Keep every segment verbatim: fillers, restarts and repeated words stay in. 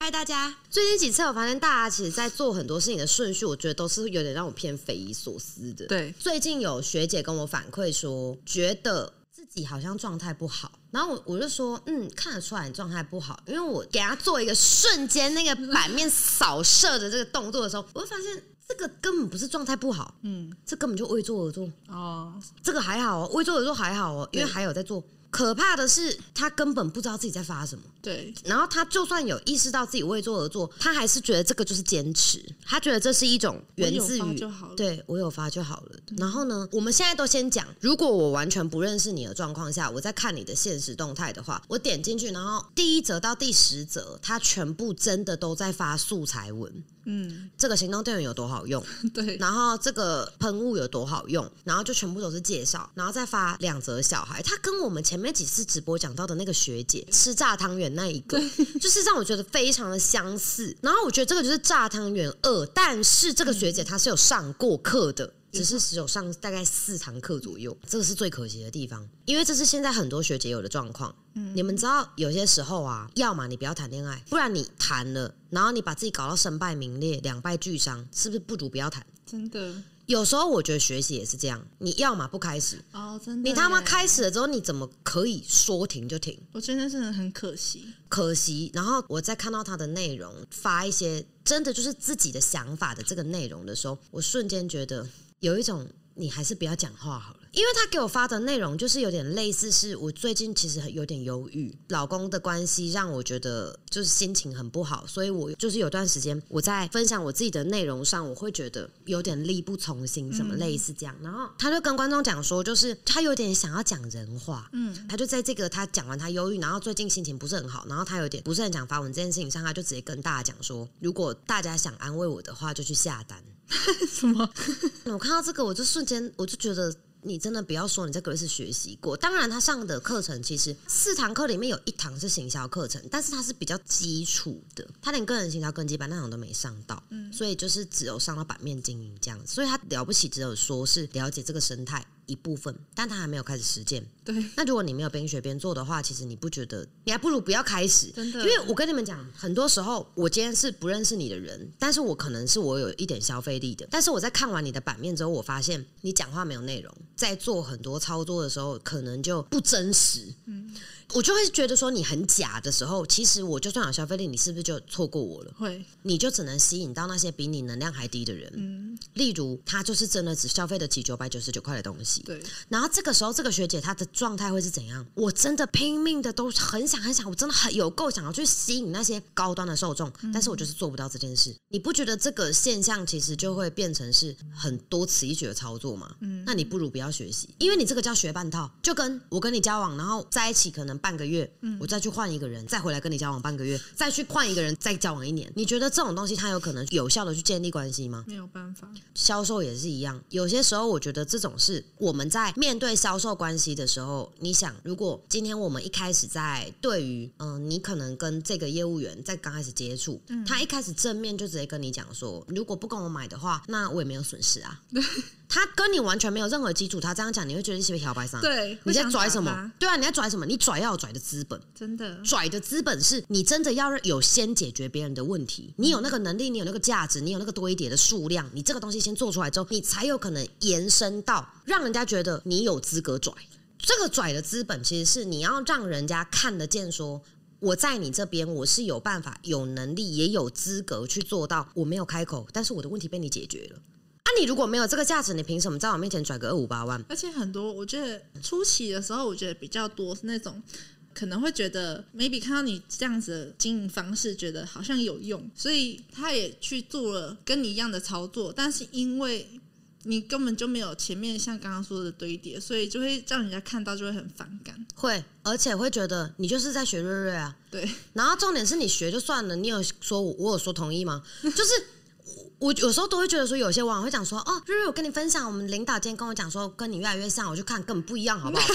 嗨，大家！最近几次我发现大家其实在做很多事情的顺序，我觉得都是有点让我偏匪夷所思的。 对， 最近有学姐跟我反馈说，觉得自己好像状态不好，然后 我, 我就说，嗯，看得出来你状态不好，因为我给他做一个瞬间那个版面扫射的这个动作的时候，我会发现这个根本不是状态不好，嗯，这根本就为做而做哦，这个还好哦，为做而做还好哦，因为还有在做。可怕的是他根本不知道自己在发什么， 对， 然后他就算有意识到自己为做而做，他还是觉得这个就是坚持，他觉得这是一种源自于我有发就好了， 对，我有发就好了、嗯、然后呢，我们现在都先讲，如果我完全不认识你的状况下，我在看你的现实动态的话，我点进去，然后第一则到第十则他全部真的都在发素材文，嗯，这个行动电源有多好用， 对， 然后这个喷雾有多好用，然后就全部都是介绍，然后再发两则小孩，他跟我们前面几次直播讲到的那个学姐吃炸汤圆那一个，就是让我觉得非常的相似。然后我觉得这个就是炸汤圆二，但是这个学姐她是有上过课的。只是只有上大概四堂课左右，这个是最可惜的地方，因为这是现在很多学姐有的状况。嗯，你们知道有些时候啊，要么你不要谈恋爱，不然你谈了，然后你把自己搞到身败名裂、两败俱伤，是不是不如不要谈？ 真的。 有时候我觉得学习也是这样，你要嘛不开始哦，真的， 你他妈开始了之后，你怎么可以说停就停？ 我真的是很可惜， 可惜。然后我在看到他的内容，发一些真的就是自己的想法的这个内容的时候，我瞬间觉得有一种你还是不要讲话好了。因为他给我发的内容就是有点类似，是我最近其实有点忧郁，老公的关系让我觉得就是心情很不好，所以我就是有段时间我在分享我自己的内容上，我会觉得有点力不从心，什么类似这样。然后他就跟观众讲说，就是他有点想要讲人话，嗯，他就在这个他讲完他忧郁，然后最近心情不是很好，然后他有点不是很想发文这件事情上，他就直接跟大家讲说，如果大家想安慰我的话，就去下单。 什么？ 我看到这个，我就瞬间我就觉得。你真的不要说你这个是学习过，当然他上的课程其实四堂课里面有一堂是行销课程，但是它是比较基础的，他连个人行销根基班那种都没上到、嗯、所以就是只有上到版面经营这样，所以他了不起只有说是了解这个生态一部分，但他还没有开始实践。 对， 那如果你没有边学边做的话，其实你不觉得你还不如不要开始， 真的。 因为我跟你们讲，很多时候我今天是不认识你的人，但是我可能是我有一点消费力的，但是我在看完你的版面之后，我发现你讲话没有内容，在做很多操作的时候可能就不真实。嗯，我就会觉得说你很假的时候，其实我就算有消费力，你是不是就错过我了？ 会， 你就只能吸引到那些比你能量还低的人。嗯，例如他就是真的只消费得起九百九十九块的东西。 对， 然后这个时候这个学姐她的状态会是怎样？我真的拼命的都很想很想，我真的很有够想要去吸引那些高端的受众、嗯、但是我就是做不到这件事。你不觉得这个现象其实就会变成是很多此一举的操作吗？嗯，那你不如不要学习，因为你这个叫学半套，就跟我跟你交往，然后在一起可能半个月、嗯、我再去换一个人，再回来跟你交往半个月，再去换一个人，再交往一年，你觉得这种东西它有可能有效的去建立关系吗？ 没有办法。 销售也是一样，有些时候我觉得这种是我们在面对销售关系的时候，你想如果今天我们一开始在对于嗯、呃，你可能跟这个业务员在刚开始接触、嗯、他一开始正面就直接跟你讲说，如果不跟我买的话，那我也没有损失啊。他跟你完全没有任何基础，他这样讲你会觉得你是不是摇摆上？ 对， 你在拽什么？对啊，你在拽什么？你拽要有拽的资本， 真的。 拽的资本是你真的要有先解决别人的问题，你有那个能力，你有那个价值，你有那个堆叠的数量，你这个东西先做出来之后，你才有可能延伸到让人家觉得你有资格拽。这个拽的资本其实是你要让人家看得见说，我在你这边我是有办法有能力也有资格去做到，我没有开口但是我的问题被你解决了啊！你如果没有这个价值，你凭什么在我面前拽个二五八万？ 而且很多我觉得初期的时候我觉得比较多是那种可能会觉得 maybe 看到你这样子的经营方式觉得好像有用，所以他也去做了跟你一样的操作，但是因为你根本就没有前面像刚刚说的堆叠，所以就会让人家看到就会很反感， 会，而且会觉得你就是在学瑞瑞啊。 对， 然后重点是你学就算了，你有说我有说同意吗？就是我有时候都会觉得说，有些网友会讲说，哦，瑞瑞，我跟你分享，我们领导今天跟我讲说，跟你越来越像，我就看根本不一样，好不好？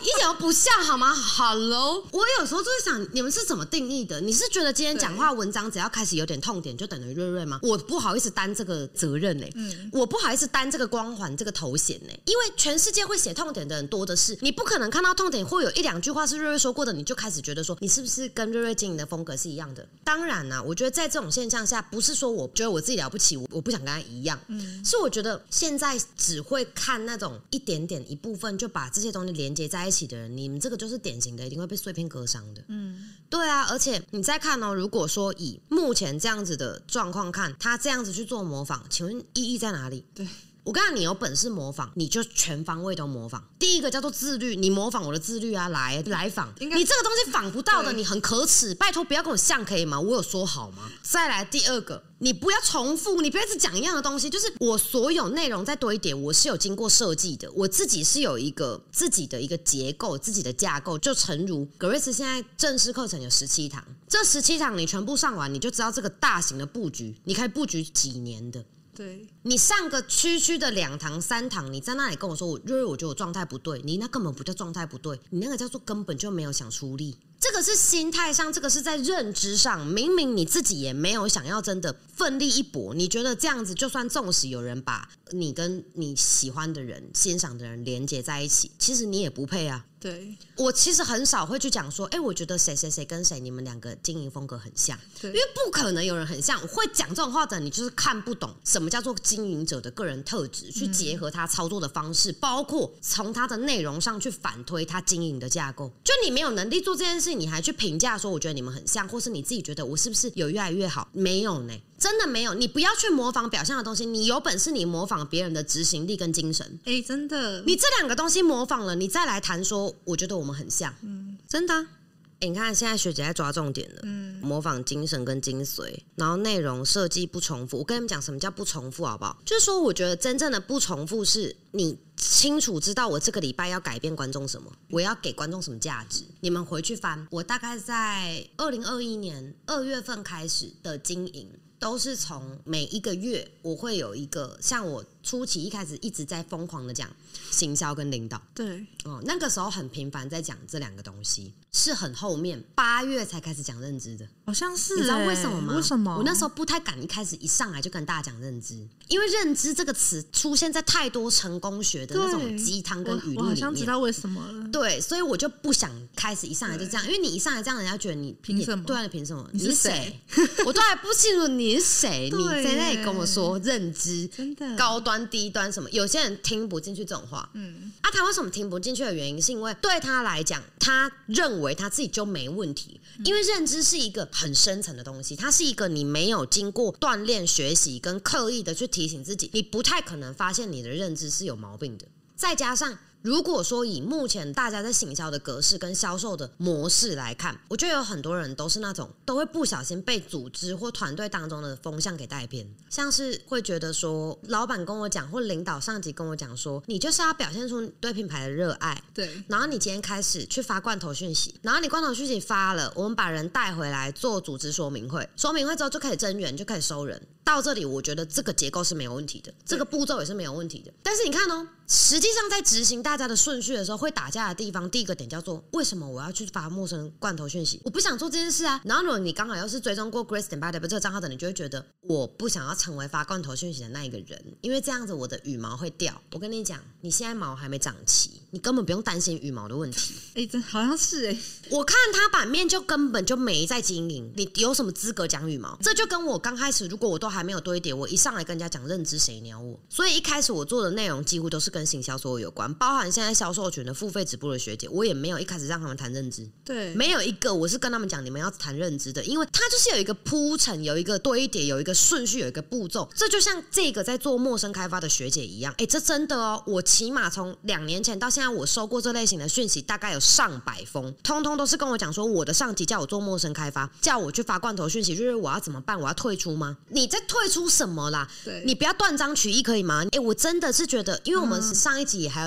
一点都不像好吗 ？Hello， 我有时候就会想，你们是怎么定义的？你是觉得今天讲话文章只要开始有点痛点就等于瑞瑞吗？我不好意思担这个责任呢、欸嗯，我不好意思担这个光环这个头衔呢、欸，因为全世界会写痛点的人多的是，你不可能看到痛点会有一两句话是瑞瑞说过的，你就开始觉得说你是不是跟瑞瑞经营的风格是一样的？当然啦、啊，我觉得在这种现象下，不是说我觉得我自己了不起，我我不想跟他一样，嗯，是我觉得现在只会看那种一点点一部分就把这些东西连接在一起的人，你们这个就是典型的一定会被碎片割伤的，嗯，对啊，而且你再看哦，如果说以目前这样子的状况看，他这样子去做模仿，请问意义在哪里？ 对。 我跟你讲，你有本事模仿，你就全方位都模仿。第一个叫做自律，你模仿我的自律啊，来来仿。你这个东西仿不到的，你很可耻，拜托不要跟我像可以吗？我有说好吗？再来第二个，你不要重复，你不要一直讲一样的东西。就是我所有内容再多一点，我是有经过设计的，我自己是有一个自己的一个结构、自己的架构。就诚如格瑞斯现在正式课程有十七堂，这十七堂你全部上完，你就知道这个大型的布局，你可以布局几年的。 对， 你上个区区的两堂三堂，你在那里跟我说我瑞瑞，我觉得我状态不对，你那根本不叫状态不对，你那个叫做根本就没有想出力。这个是心态上，这个是在认知上，明明你自己也没有想要真的奋力一搏，你觉得这样子就算纵使有人把你跟你喜欢的人、欣赏的人连接在一起，其实你也不配啊。 对， 我其实很少会去讲说，哎、欸，我觉得谁谁谁跟谁，你们两个经营风格很像，因为不可能有人很像。我会讲这种话的，你就是看不懂什么叫做经营者的个人特质，去结合他操作的方式，包括从他的内容上去反推他经营的架构。就你没有能力做这件事，你还去评价说，我觉得你们很像，或是你自己觉得我是不是有越来越好？没有呢。真的没有，你不要去模仿表象的东西，你有本事你模仿别人的执行力跟精神。 哎、欸，真的， 你这两个东西模仿了，你再来谈说，我觉得我们很像，嗯，真的、啊。欸、你看现在学姐在抓重点了，嗯，模仿精神跟精髓，然后内容设计不重复。我跟你们讲什么叫不重复好不好？就是说我觉得真正的不重复是你清楚知道我这个礼拜要改变观众什么，我要给观众什么价值。你们回去翻，我大概在二零二一年二月份开始的经营，都是从每一个月我会有一个，像我初期一开始一直在疯狂的讲行销跟领导， 对、 哦，那个时候很频繁在讲这两个东西，是很后面八月才开始讲认知的， 好像是、欸， 你知道为什么吗？ 为什么？ 我那时候不太敢一开始一上来就跟大家讲认知，因为认知这个词出现在太多成功学的那种鸡汤跟语录里面， 我好像知道为什么了。 对，所以我就不想开始一上来就这样，因为你一上来这样，人家觉得你凭什么？ 对啊，凭什么？ 你是谁？ 我都还不清楚你是谁，你在那里跟我说认知， 真的高端低端什么？有些人听不进去这种话，嗯，啊，他为什么听不进去的原因，是因为对他来讲，他认为他自己就没问题，因为认知是一个很深层的东西，它是一个你没有经过锻炼、学习跟刻意的去提醒自己，你不太可能发现你的认知是有毛病的。再加上如果说以目前大家在行销的格式跟销售的模式来看，我觉得有很多人都是那种都会不小心被组织或团队当中的风向给带偏，像是会觉得说老板跟我讲或领导上级跟我讲说，你就是要表现出对品牌的热爱， 对， 然后你今天开始去发罐头讯息，然后你罐头讯息发了，我们把人带回来做组织说明会，说明会之后就开始增员，就开始收人，到这里我觉得这个结构是没有问题的，这个步骤也是没有问题的。但是你看哦，实际上在执行大家的顺序的时候会打架的地方，第一个点叫做为什么我要去发陌生罐头讯息，我不想做这件事啊。然后如果你刚好又是追踪过 Grace 点 by 这个账号的，你就会觉得我不想要成为发罐头讯息的那一个人，因为这样子我的羽毛会掉。我跟你讲，你现在毛还没长齐，你根本不用担心羽毛的问题。 哎、欸，这好像是哎、欸， 我看他版面就根本就没在经营，你有什么资格讲羽毛？这就跟我刚开始，如果我都还没有堆叠，我一上来跟人家讲认知，谁鸟我？所以一开始我做的内容几乎都是跟行销所有有关，包含现在销售群的付费直播的学姐，我也没有一开始让他们谈认知， 对， 没有一个我是跟他们讲你们要谈认知的，因为它就是有一个铺陈，有一个堆叠，有一个顺序，有一个步骤。这就像这个在做陌生开发的学姐一样，哎、欸，这真的哦，我起码从两年前到现在，我收过这类型的讯息大概有上百封，通通都是跟我讲说，我的上级叫我做陌生开发，叫我去发罐头讯息，就是我要怎么办？我要退出吗？你在退出什么啦？ 对， 你不要断章取义可以吗？哎、欸，我真的是觉得，因为我们上一集也还有讲到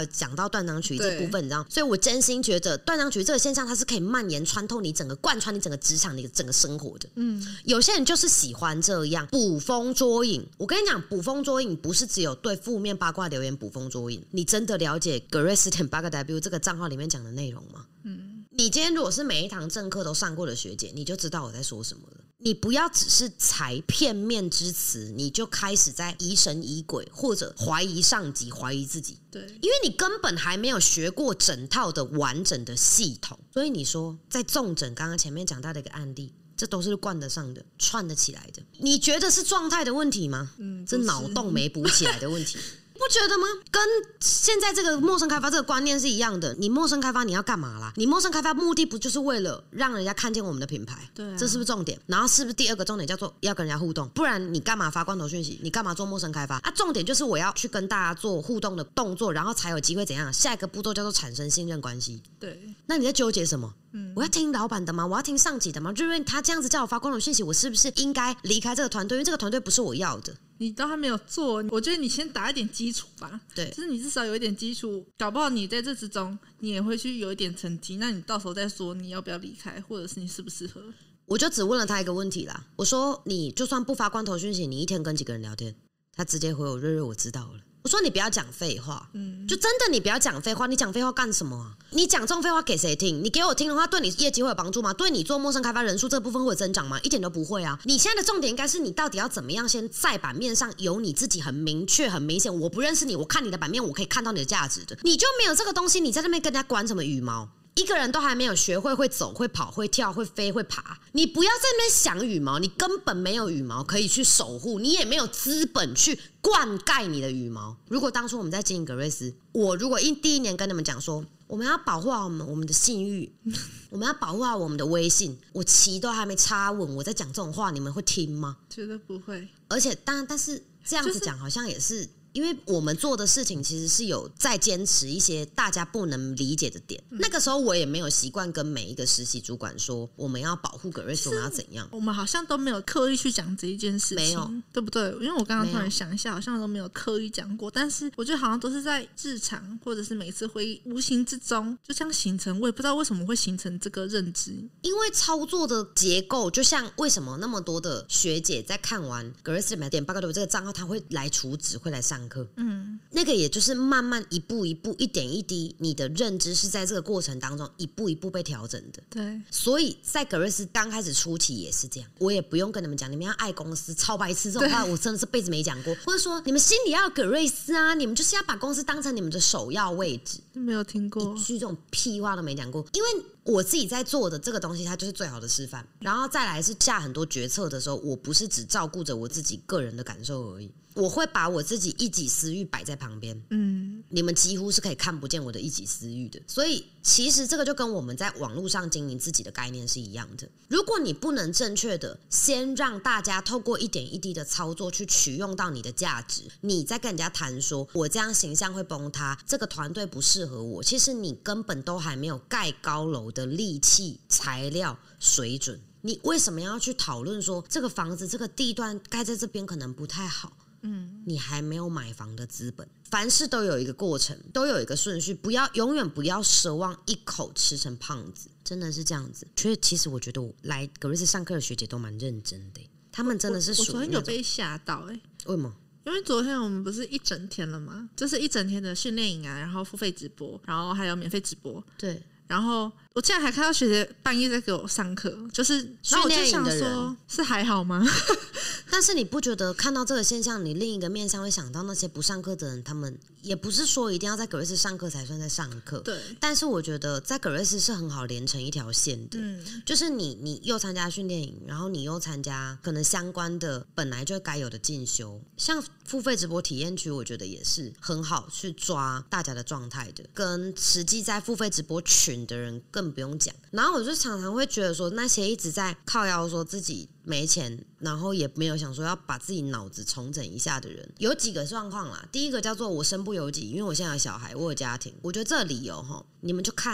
到断章取义这部分，你知道，所以我真心觉得断章取义这个现象，它是可以蔓延穿透你整个、贯穿你整个职场、你整个生活的。嗯，有些人就是喜欢这样捕风捉影。我跟你讲，捕风捉影不是只有对负面八卦留言捕风捉影，你真的了解 Grace 点八个 W 这个账号里面讲的内容吗？嗯，你今天如果是每一堂正课都上过的学姐，你就知道我在说什么了。你不要只是采片面之词，你就开始在疑神疑鬼，或者怀疑上级、怀疑自己。 对， 因为你根本还没有学过整套的完整的系统，所以你说在重诊刚刚前面讲到的一个案例，这都是灌得上的、串得起来的。你觉得是状态的问题吗？嗯，这脑洞没补起来的问题。不觉得吗？跟现在这个陌生开发这个观念是一样的。你陌生开发你要干嘛啦？你陌生开发目的不就是为了让人家看见我们的品牌？ 对、啊， 这是不是重点？然后是不是第二个重点叫做要跟人家互动？不然你干嘛发罐头讯息？你干嘛做陌生开发啊？重点就是我要去跟大家做互动的动作，然后才有机会怎样？下一个步骤叫做产生信任关系。 对， 那你在纠结什么？嗯，我要听老板的吗？我要听上级的吗？就因为他这样子叫我发罐头讯息，我是不是应该离开这个团队？因为这个团队不是我要的。 你都还没有做，我觉得你先打一点基础吧。 对， 就是你至少有一点基础，搞不好你在这之中你也会去有一点成绩，那你到时候再说你要不要离开，或者是你适不适合。 我就只问了他一个问题啦，我说你就算不发罐头讯息，你一天跟几个人聊天？他直接回我瑞瑞我知道了。我说你不要讲废话，嗯，就真的你不要讲废话，你讲废话干什么啊？你讲这种废话给谁听？你给我听的话，对你业绩会有帮助吗？对你做陌生开发人数这部分会有增长吗？一点都不会啊！你现在的重点应该是你到底要怎么样先在版面上有你自己很明确、很明显，我不认识你，我看你的版面，我可以看到你的价值的，你就没有这个东西，你在那边跟人家管什么羽毛？一个人都还没有学会会走、会跑、会跳、会飞、会爬，你不要在那边想羽毛，你根本没有羽毛可以去守护，你也没有资本去灌溉你的羽毛。如果当初我们在经营格瑞斯，我如果一第一年跟你们讲说，我们要保护好我们我们的信誉，我们要保护好我们的威信，我旗都还没插稳，我在讲这种话，你们会听吗？ 绝对不会。 而且当然，但是这样子讲好像也是。因为我们做的事情其实是有在坚持一些大家不能理解的点、嗯、那个时候我也没有习惯跟每一个实习主管说我们要保护格瑞斯，我们要怎样， 我们好像都没有刻意去讲这一件事情， 没有， 对不对？因为我刚刚突然想一下，好像都没有刻意讲过，但是我觉得好像都是在日常或者是每次会议无形之中就这样形成，我也不知道为什么会形成这个认知。 因为操作的结构，就像为什么那么多的学姐在看完格瑞斯点八个这个账号，他会来储值，会来上课，嗯，那个也就是慢慢一步一步一点一滴，你的认知是在这个过程当中一步一步被调整的。 对， 所以在格瑞斯刚开始初期也是这样，我也不用跟你们讲你们要爱公司超白痴这种话，我真的是辈子没讲过，或者说你们心里要有格瑞斯啊，你们就是要把公司当成你们的首要位置， 没有听过一句这种屁话都没讲过。因为我自己在做的这个东西它就是最好的示范，然后再来是下很多决策的时候，我不是只照顾着我自己个人的感受而已，我会把我自己一己私欲摆在旁边，嗯，你们几乎是可以看不见我的一己私欲的。所以其实这个就跟我们在网络上经营自己的概念是一样的，如果你不能正确的先让大家透过一点一滴的操作去取用到你的价值，你再跟人家谈说我这样形象会崩塌，这个团队不适合我，其实你根本都还没有盖高楼的力气、材料、水准，你为什么要去讨论说这个房子这个地段盖在这边可能不太好？嗯，你还没有买房的资本。凡事都有一个过程，都有一个顺序，不要永远不要奢望一口吃成胖子，真的是这样子。所以其实我觉得我来格瑞斯上课的学姐都蛮认真的，他们真的是属于那种。 我昨天有被吓到哎、欸， 为什么？ 因为昨天我们不是一整天了吗？就是一整天的训练营啊，然后付费直播，然后还有免费直播， 对。 然后我竟然还看到学姐半夜在给我上课，就是然后我就想说是还好吗？ 但是你不觉得看到这个现象，你另一个面向会想到那些不上课的人，他们也不是说一定要在格瑞斯上课才算在上课， 对。 但是我觉得在格瑞斯是很好连成一条线的，嗯，就是你你又参加训练营，然后你又参加可能相关的本来就该有的进修，像付费直播体验区，我觉得也是很好去抓大家的状态的，跟实际在付费直播群的人更不用讲。然后我就常常会觉得说，那些一直在靠腰说自己没钱，然后也没有想说要把自己脑子重整一下的人，有几个状况啦。第一个叫做我身不由己，因为我现在有小孩，我有家庭。我觉得这个理由齁，你们就看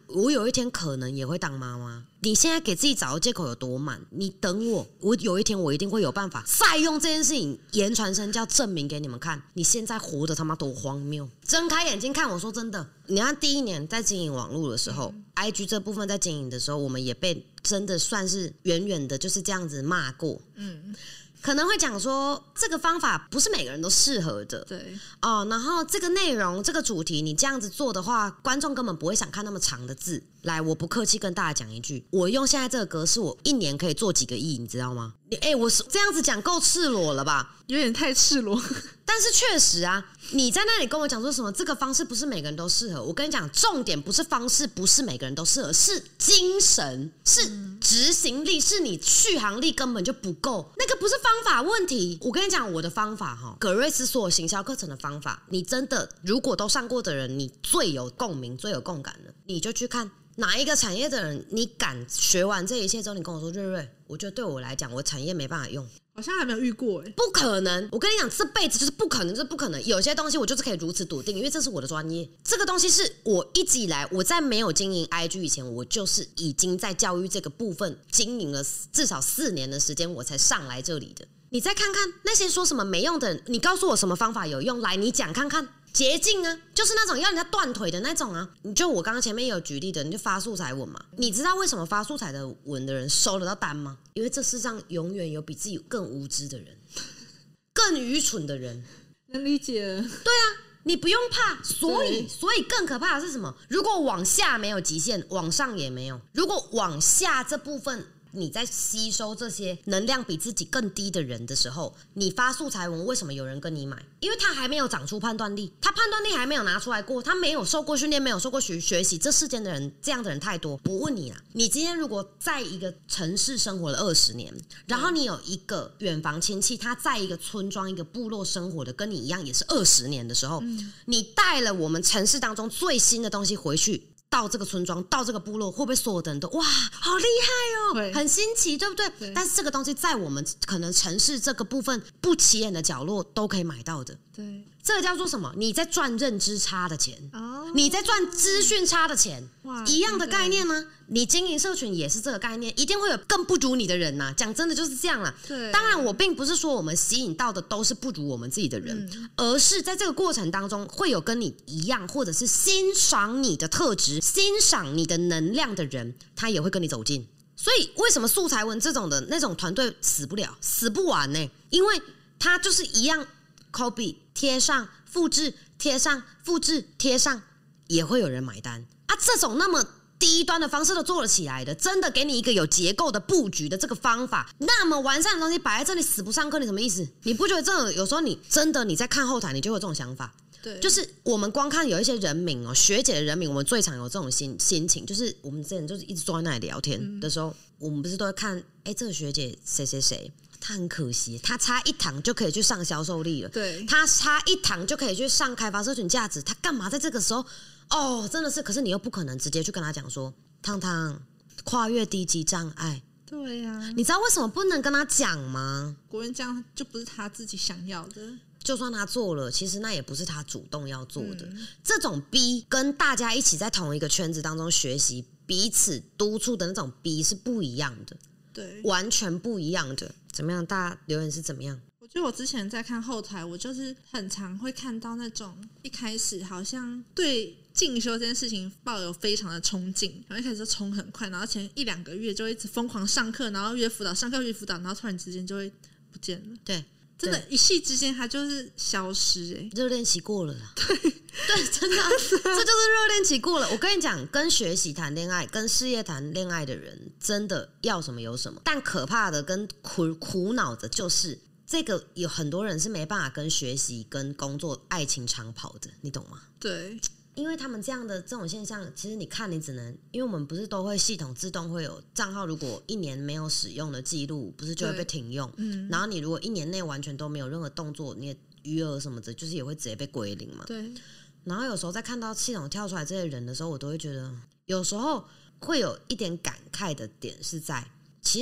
我有一天可能也会当妈妈。你现在给自己找的借口有多满？你等我，我有一天我一定会有办法再用这件事情言传身教，证明给你们看，你现在活得他妈多荒谬。睁开眼睛看，我说真的，你看第一年在经营网络的时候、嗯、I G 这部分在经营的时候，我们也被真的算是远远的就是这样子骂过。嗯。可能会讲说这个方法不是每个人都适合的， 对哦，然后这个内容这个主题你这样子做的话，观众根本不会想看那么长的字。来，我不客气跟大家讲一句，我用现在这个格式，我一年可以做几个亿，你知道吗？哎、欸，我这样子讲够赤裸了吧？ 有点太赤裸。 但是确实啊，你在那里跟我讲说什么这个方式不是每个人都适合，我跟你讲，重点不是方式不是每个人都适合，是精神，是执行力，是你续航力根本就不够，那个不是方法问题。我跟你讲我的方法哈，葛瑞斯所有行销课程的方法，你真的如果都上过的人，你最有共鸣最有共感的，你就去看哪一个产业的人，你敢学完这一切之后，你跟我说瑞瑞，我觉得对我来讲，我产业没办法用， 好像还没有遇过哎、欸， 不可能！我跟你讲，这辈子就是不可能，就是不可能。有些东西我就是可以如此笃定，因为这是我的专业。这个东西是我一直以来我在没有经营 I G 以前，我就是已经在教育这个部分经营了至少四年的时间，我才上来这里的。你再看看那些说什么没用的人，你告诉我什么方法有用，来你讲看看。捷径啊，就是那种要人家断腿的那种啊。你就我刚刚前面有举例的，你就发素材文嘛。你知道为什么发素材的文的人收得到单吗？因为这世上永远有比自己更无知的人，更愚蠢的人。 能理解了。 对啊，你不用怕。所以，所以更可怕的是什么？如果往下没有极限，往上也没有。如果往下这部分，你在吸收这些能量比自己更低的人的时候，你发素材文，为什么有人跟你买？因为他还没有长出判断力，他判断力还没有拿出来过，他没有受过训练，没有受过学学习。这世间的人，这样的人太多。我问你啊，你今天如果在一个城市生活了二十年，然后你有一个远房亲戚，他在一个村庄、一个部落生活的，跟你一样也是二十年的时候，嗯、你带了我们城市当中最新的东西回去。到这个村庄，到这个部落，会不会所有的人都哇，好厉害哦，很新奇，对不 对, 对？但是这个东西在我们可能城市这个部分不起眼的角落都可以买到的。 对， 这个叫做什么？你在赚认知差的钱，哦、你在赚资讯差的钱，一样的概念呢、啊。你经营社群也是这个概念，一定会有更不如你的人呐、啊。讲真的就是这样啦。 对， 当然我并不是说我们吸引到的都是不如我们自己的人，嗯、而是在这个过程当中会有跟你一样，或者是欣赏你的特质、欣赏你的能量的人，他也会跟你走近。所以为什么素材文这种的那种团队死不了、死不完呢？因为他就是一样 copy 贴上、复制、贴上、复制、贴上，也会有人买单啊！这种那么低端的方式都做了起来的，真的给你一个有结构的布局的这个方法，那么完善的东西摆在这里死不上课，你什么意思？你不觉得这种有时候你真的你在看后台，你就会有这种想法？ 对， 就是我们光看有一些人名哦，学姐的人名，我们最常有这种心心情，就是我们之前就是一直坐在那里聊天的时候，嗯、我们不是都会看，哎，这个学姐谁谁谁。他很可惜，他差一堂就可以去上销售力了。 对， 他差一堂就可以去上开发社群价值，他干嘛在这个时候？哦，真的是，可是你又不可能直接去跟他讲说，汤汤跨越低级障碍。 对呀、啊， 你知道为什么不能跟他讲吗？ 国人这样就不是他自己想要的。 就算他做了，其实那也不是他主动要做的。嗯、这种逼跟大家一起在同一个圈子当中学习，彼此督促的那种逼是不一样的。 对， 完全不一样的。怎么样？大家留言是怎么样？ 我觉得我之前在看后台，我就是很常会看到那种一开始好像对进修这件事情抱有非常的冲劲，然后一开始就冲很快，然后前一两个月就一直疯狂上课，然后约辅导，上课约辅导，然后突然之间就会不见了。 对， 真的，一夕之间它就是消失、欸。 热恋期过了啦。对对，真的，这就是热恋期过了。我跟你讲，跟学习谈恋爱、跟事业谈恋爱的人，真的要什么有什么。但可怕的跟苦苦恼的就是，这个有很多人是没办法跟学习、跟工作、爱情长跑的，你懂吗？ 对。 因为他们这样的这种现象，其实你看，你只能，因为我们不是都会系统自动会有账号，如果一年没有使用的记录，不是就会被停用。嗯。然后你如果一年内完全都没有任何动作，你的余额什么的，就是也会直接被归零嘛。 对。 然后有时候在看到系统跳出来这些人的时候，我都会觉得，有时候会有一点感慨的点是在，其实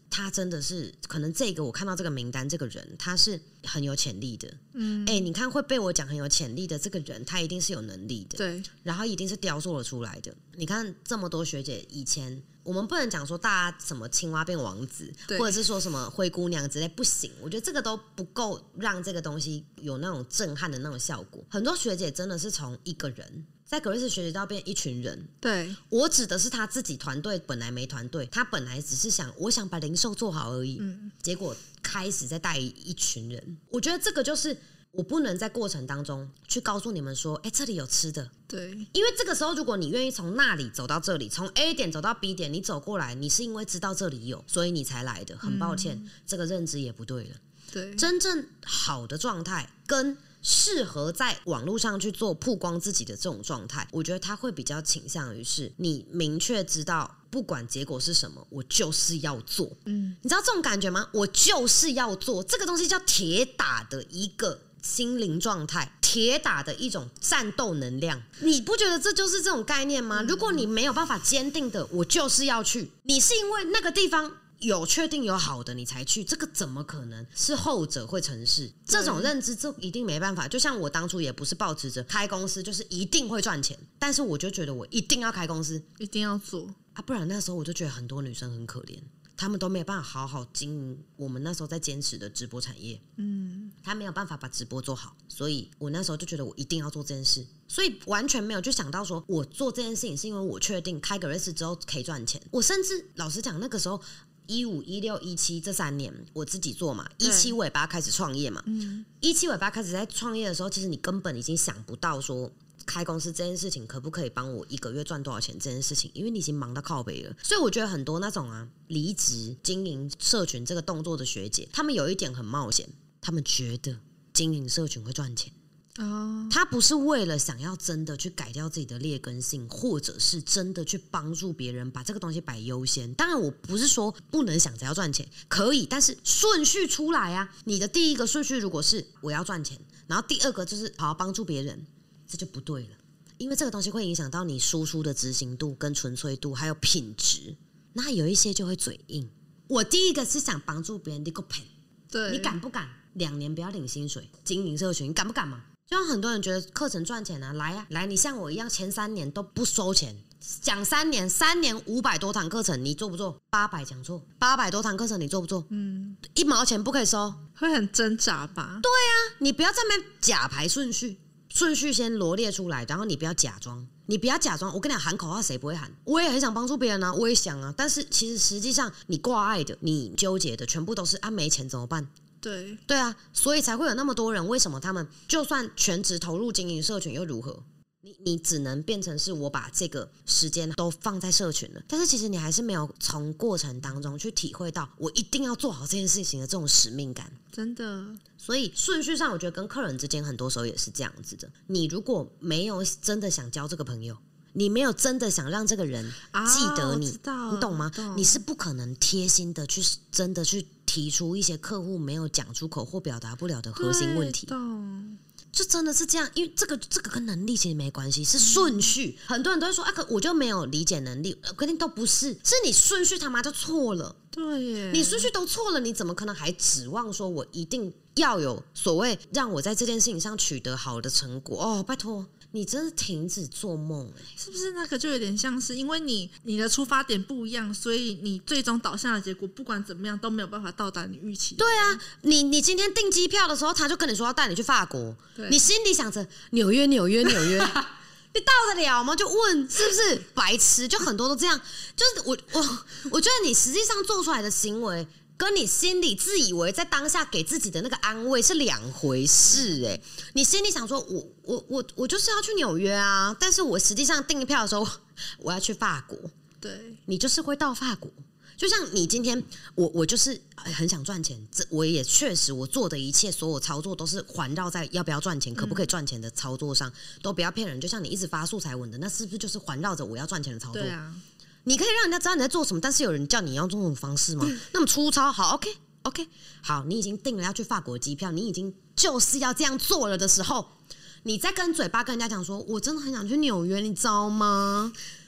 他真的是可能这个我看到这个名单这个人他是很有潜力的，嗯，哎、欸，你看会被我讲很有潜力的这个人，他一定是有能力的， 对， 然后一定是雕塑了出来的。你看这么多学姐以前。我们不能讲说大家什么青蛙变王子，或者是说什么灰姑娘之类，不行。我觉得这个都不够让这个东西有那种震撼的那种效果。很多学姐真的是从一个人，在格瑞斯学姐到变一群人。 对， 我指的是她自己团队本来没团队，她本来只是想我想把零售做好而已，嗯，结果开始在带一群人。我觉得这个就是。我不能在过程当中去告诉你们说，哎、欸，这里有吃的。 对， 因为这个时候，如果你愿意从那里走到这里，从 A 点走到 B 点，你走过来，你是因为知道这里有，所以你才来的。很抱歉，嗯、这个认知也不对了。 对， 真正好的状态跟适合在网络上去做曝光自己的这种状态，我觉得他会比较倾向于是你明确知道。不管结果是什么，我就是要做。嗯，你知道这种感觉吗？我就是要做这个东西，叫铁打的一个心灵状态，铁打的一种战斗能量。你不觉得这就是这种概念吗？如果你没有办法坚定的，我就是要去，你是因为那个地方有确定有好的你才去，这个怎么可能是后者会成事？这种认知这一定没办法。就像我当初也不是抱持着开公司就是一定会赚钱，但是我就觉得我一定要开公司， 一定要做啊，不然那时候我就觉得很多女生很可怜，她们都没有办法好好经营我们那时候在坚持的直播产业。嗯，她没有办法把直播做好，所以我那时候就觉得我一定要做这件事，所以完全没有就想到说我做这件事情是因为我确定开格瑞斯之后可以赚钱。我甚至老实讲，那个时候一五、一六、一七这三年我自己做嘛，一七尾巴开始创业嘛，一七尾巴开始在创业的时候，其实你根本已经想不到说。开公司这件事情可不可以帮我一个月赚多少钱这件事情，因为你已经忙到靠北了。所以我觉得很多那种啊离职经营社群这个动作的学姐，他们有一点很冒险，他们觉得经营社群会赚钱。哦，他不是为了想要真的去改掉自己的劣根性，或者是真的去帮助别人，把这个东西摆优先。当然我不是说不能想着要赚钱，可以，但是顺序出来啊。你的第一个顺序如果是我要赚钱，然后第二个就是好好帮助别人，这就不对了，因为这个东西会影响到你输出的执行度跟纯粹度还有品质。那有一些就会嘴硬，我第一个是想帮助别人，你给我骗， 对， 你敢不敢两年不要领薪水经营社群，你敢不敢嘛？就像很多人觉得课程赚钱啊，来啊来，你像我一样前三年都不收钱，讲三年三年五百多堂课程你做不做？八百讲错，八百多堂课程你做不做？嗯，一毛钱不可以收， 会很挣扎吧？ 对啊，你不要在那边假排顺序。顺序先罗列出来，然后你不要假装，你不要假装。我跟你讲，喊口号谁不会喊？我也很想帮助别人啊，我也想啊。但是其实实际上，你挂碍的、你纠结的，全部都是啊，没钱怎么办？ 对对啊，所以才会有那么多人。为什么他们就算全职投入经营社群又如何？你你只能变成是我把这个时间都放在社群了，但是其实你还是没有从过程当中去体会到我一定要做好这件事情的这种使命感， 真的。 所以顺序上，我觉得跟客人之间很多时候也是这样子的。你如果没有真的想交这个朋友，你没有真的想让这个人记得你， 啊、 你懂吗？懂你是不可能贴心的去真的去提出一些客户没有讲出口或表达不了的核心问题。就真的是这样，因为这个这个跟能力其实没关系，是顺序。嗯、很多人都会说啊，可我就没有理解能力，肯定都不是，是你顺序他妈就错了。 对耶， 你顺序都错了，你怎么可能还指望说我一定要有所谓让我在这件事情上取得好的成果？哦，拜托。你真是停止做梦哎、欸！ 是不是那个就有点像是因为你你的出发点不一样，所以你最终导向的结果不管怎么样都没有办法到达你预期的。 对啊，你你今天订机票的时候，他就跟你说要带你去法国，你心里想着纽约纽约纽约，你到得了吗？就问是不是白痴？就很多都这样，就是我我我觉得你实际上做出来的行为。跟你心里自以为在当下给自己的那个安慰是两回事哎、欸，你心里想说我我我我就是要去纽约啊，但是我实际上订票的时候我要去法国， 对， 你就是会到法国。就像你今天我我就是很想赚钱，这我也确实我做的一切所有操作都是环绕在要不要赚钱、可不可以赚钱的操作上，都不要骗人。就像你一直发素材文的，那是不是就是环绕着我要赚钱的操作？ 对啊。 你可以让人家知道你在做什么，但是有人叫你要用这种方式吗？那么粗糙，好 ，OK OK， 好，你已经订了要去法国的机票，你已经就是要这样做了的时候，你再跟嘴巴跟人家讲说，我真的很想去纽约，你知道吗？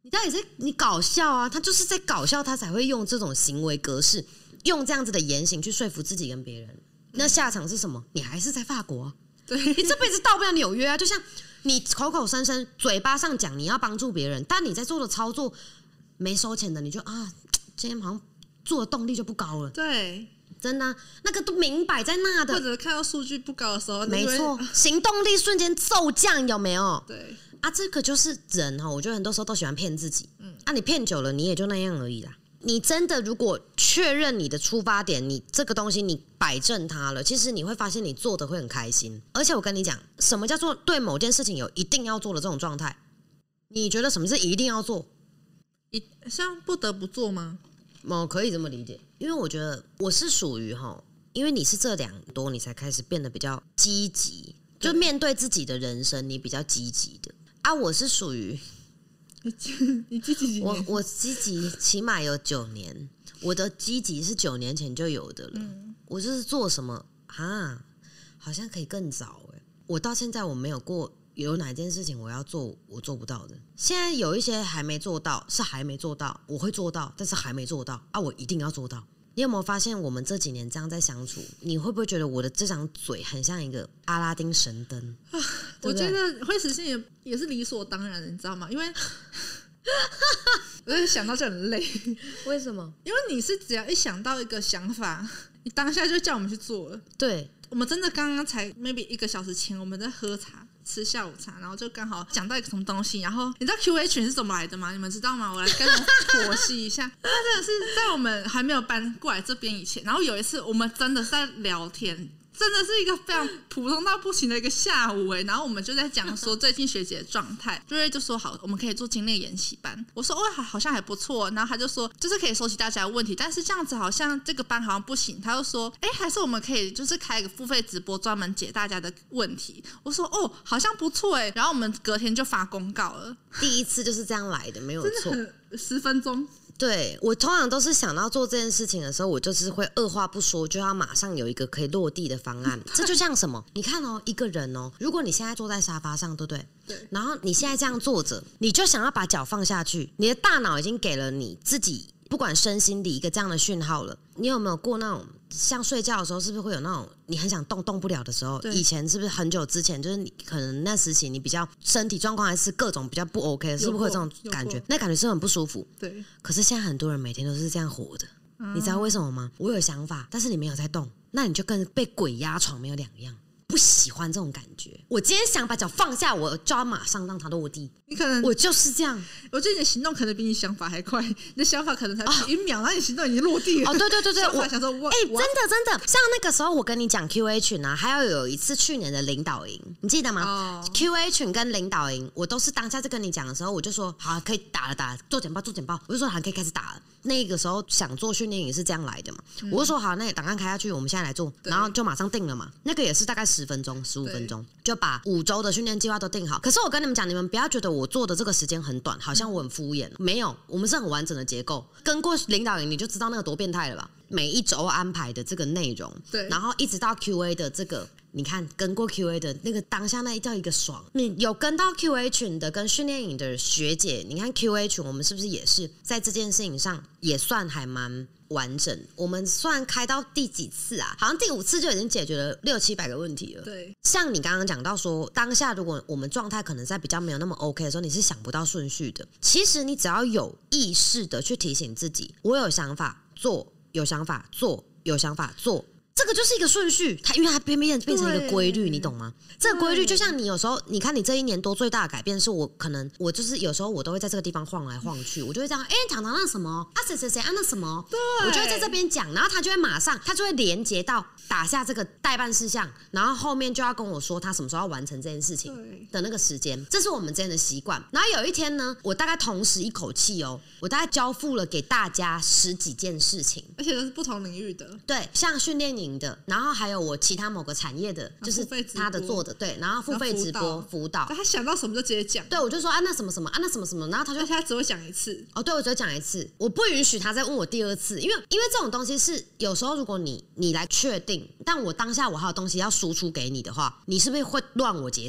你到底在你搞笑啊？他就是在搞笑，他才会用这种行为格式，用这样子的言行去说服自己跟别人。那下场是什么？你还是在法国、啊， 对， 你这辈子到不了纽约啊！就像你口口声声嘴巴上讲你要帮助别人，但你在做的操作没收钱的，你就啊，今天好像做的动力就不高了。 对。 真的、啊，那个都明摆在那的， 或者看到数据不高的时候， 没错，行动力瞬间骤降，有没有？ 对啊，这个就是人哈，我觉得很多时候都喜欢骗自己，嗯，啊，你骗久了，你也就那样而已啦。你真的如果确认你的出发点，你这个东西你摆正它了，其实你会发现你做的会很开心。而且我跟你讲，什么叫做对某件事情有一定要做的这种状态？你觉得什么是一定要做？ 一像不得不做吗？ 哦，可以这么理解，因为我觉得我是属于哈，因为你是这两多，你才开始变得比较积极，就面对自己的人生，你比较积极的啊。我是属于你积极几年？ 我我积极起码有九年，我的积极是九年前就有的了。嗯、我就是做什么啊，好像可以更早哎、欸，我到现在我没有过。有哪件事情我要做我做不到的，现在有一些还没做到，是还没做到，我会做到，但是还没做到啊，我一定要做到。你有没有发现我们这几年这样在相处，你会不会觉得我的这张嘴很像一个阿拉丁神灯、啊、 我觉得会实现 也, 也是理所当然的，你知道吗？因为我想到就很累。 为什么？ 因为你是只要一想到一个想法，你当下就叫我们去做了。 对，我们真的刚刚才 maybe 一个小时前我们在喝茶吃下午茶，然后就刚好讲到一个什么东西，然后你知道 Q A 群是怎么来的吗？你们知道吗？我来跟你们剖析一下。那真的是在我们还没有搬过来这边以前，然后有一次我们真的是在聊天，真的是一个非常普通到不行的一个下午哎，然后我们就在讲说最近学姐的状态，瑞瑞就说好，我们可以做精炼研习班。我说哦，好像还不错，然后他就说就是可以收集大家的问题，但是这样子好像这个班好像不行。他就说哎，还是我们可以就是开一个付费直播，专门解大家的问题。我说哦，好像不错哎，然后我们隔天就发公告了。 第一次就是这样来的，没有错， 十分钟。 对，我通常都是想到做这件事情的时候，我就是会二话不说，就要马上有一个可以落地的方案。这就像什么？你看哦，一个人哦，如果你现在坐在沙发上，对不对？ 对。 然后你现在这样坐着，你就想要把脚放下去，你的大脑已经给了你自己不管身心里一个这样的讯号了。你有没有过那种像睡觉的时候，是不是会有那种你很想动动不了的时候？以前是不是很久之前，就是你可能那时期你比较身体状况还是各种比较不 OK 的，是不是会有这种感觉？那感觉是很不舒服。 对。 可是现在很多人每天都是这样活的，嗯、你知道为什么吗？我有想法，但是你没有在动，那你就跟被鬼压床没有两样。不喜欢这种感觉，我今天想把脚放下，我就要马上让它落地。 你可能我就是这样， 我觉得你的行动可能比你想法还快，你的想法可能才一秒，哦、然后你行动已经落地了。 哦，对对对对， 我想说，哎、 欸，真的真的，像那个时候我跟你讲 Q A 群啊，还要有一次去年的领导营，你记得吗、哦、？Q A 群跟领导营，我都是当下在跟你讲的时候，我就说好，可以打了打了，做简报做简报，我就说好，可以开始打了。那个时候想做训练也是这样来的嘛，嗯、我就说好，那档案开下去，我们现在来做，然后就马上定了嘛。那个也是大概十分钟、十五分钟，就把五周的训练计划都定好。可是我跟你们讲，你们不要觉得我做的这个时间很短，好像我很敷衍，没有，我们是很完整的结构。跟过领导营你就知道那个多变态了吧？每一周安排的这个内容， 对， 然后一直到 Q A 的这个。你看跟过 Q A 的那个当下那一叫一个爽，你有跟到 Q A 群的跟训练营的学姐，你看 Q A 群我们是不是也是在这件事情上也算还蛮完整？我们算开到第几次啊？好像第五次就已经解决了六七百个问题了。 对， 像你刚刚讲到说，当下如果我们状态可能在比较没有那么 OK 的时候，你是想不到顺序的。其实你只要有意识的去提醒自己，我有想法做，有想法做，有想法做。这个就是一个顺序，它因为它变变变成一个规律，你懂吗？这个规律就像你有时候，你看你这一年多最大的改变是我可能我就是有时候我都会在这个地方晃来晃去，我就会这样，哎，讲到那什么啊，谁谁谁啊那什么，我就会在这边讲，然后他就会马上，他就会连接到打下这个代办事项，然后后面就要跟我说他什么时候要完成这件事情的那个时间，这是我们之间的习惯。然后有一天呢，我大概同时一口气哦，我大概交付了给大家十几件事情， 而且都是不同领域的， 对，像训练营的，然后还有我其他某个产业的，就是他的做的，对，然后付费直播辅导， 他想到什么就直接讲， 对，我就说啊那什么什么啊那什么什么，然后他就他只会讲一次， 哦，对，我只会讲一次，我不允许他再问我第二次，因为因为这种东西是有时候如果你你来确定，但我当下我还有东西要输出给你的话，你是不是会乱我节奏？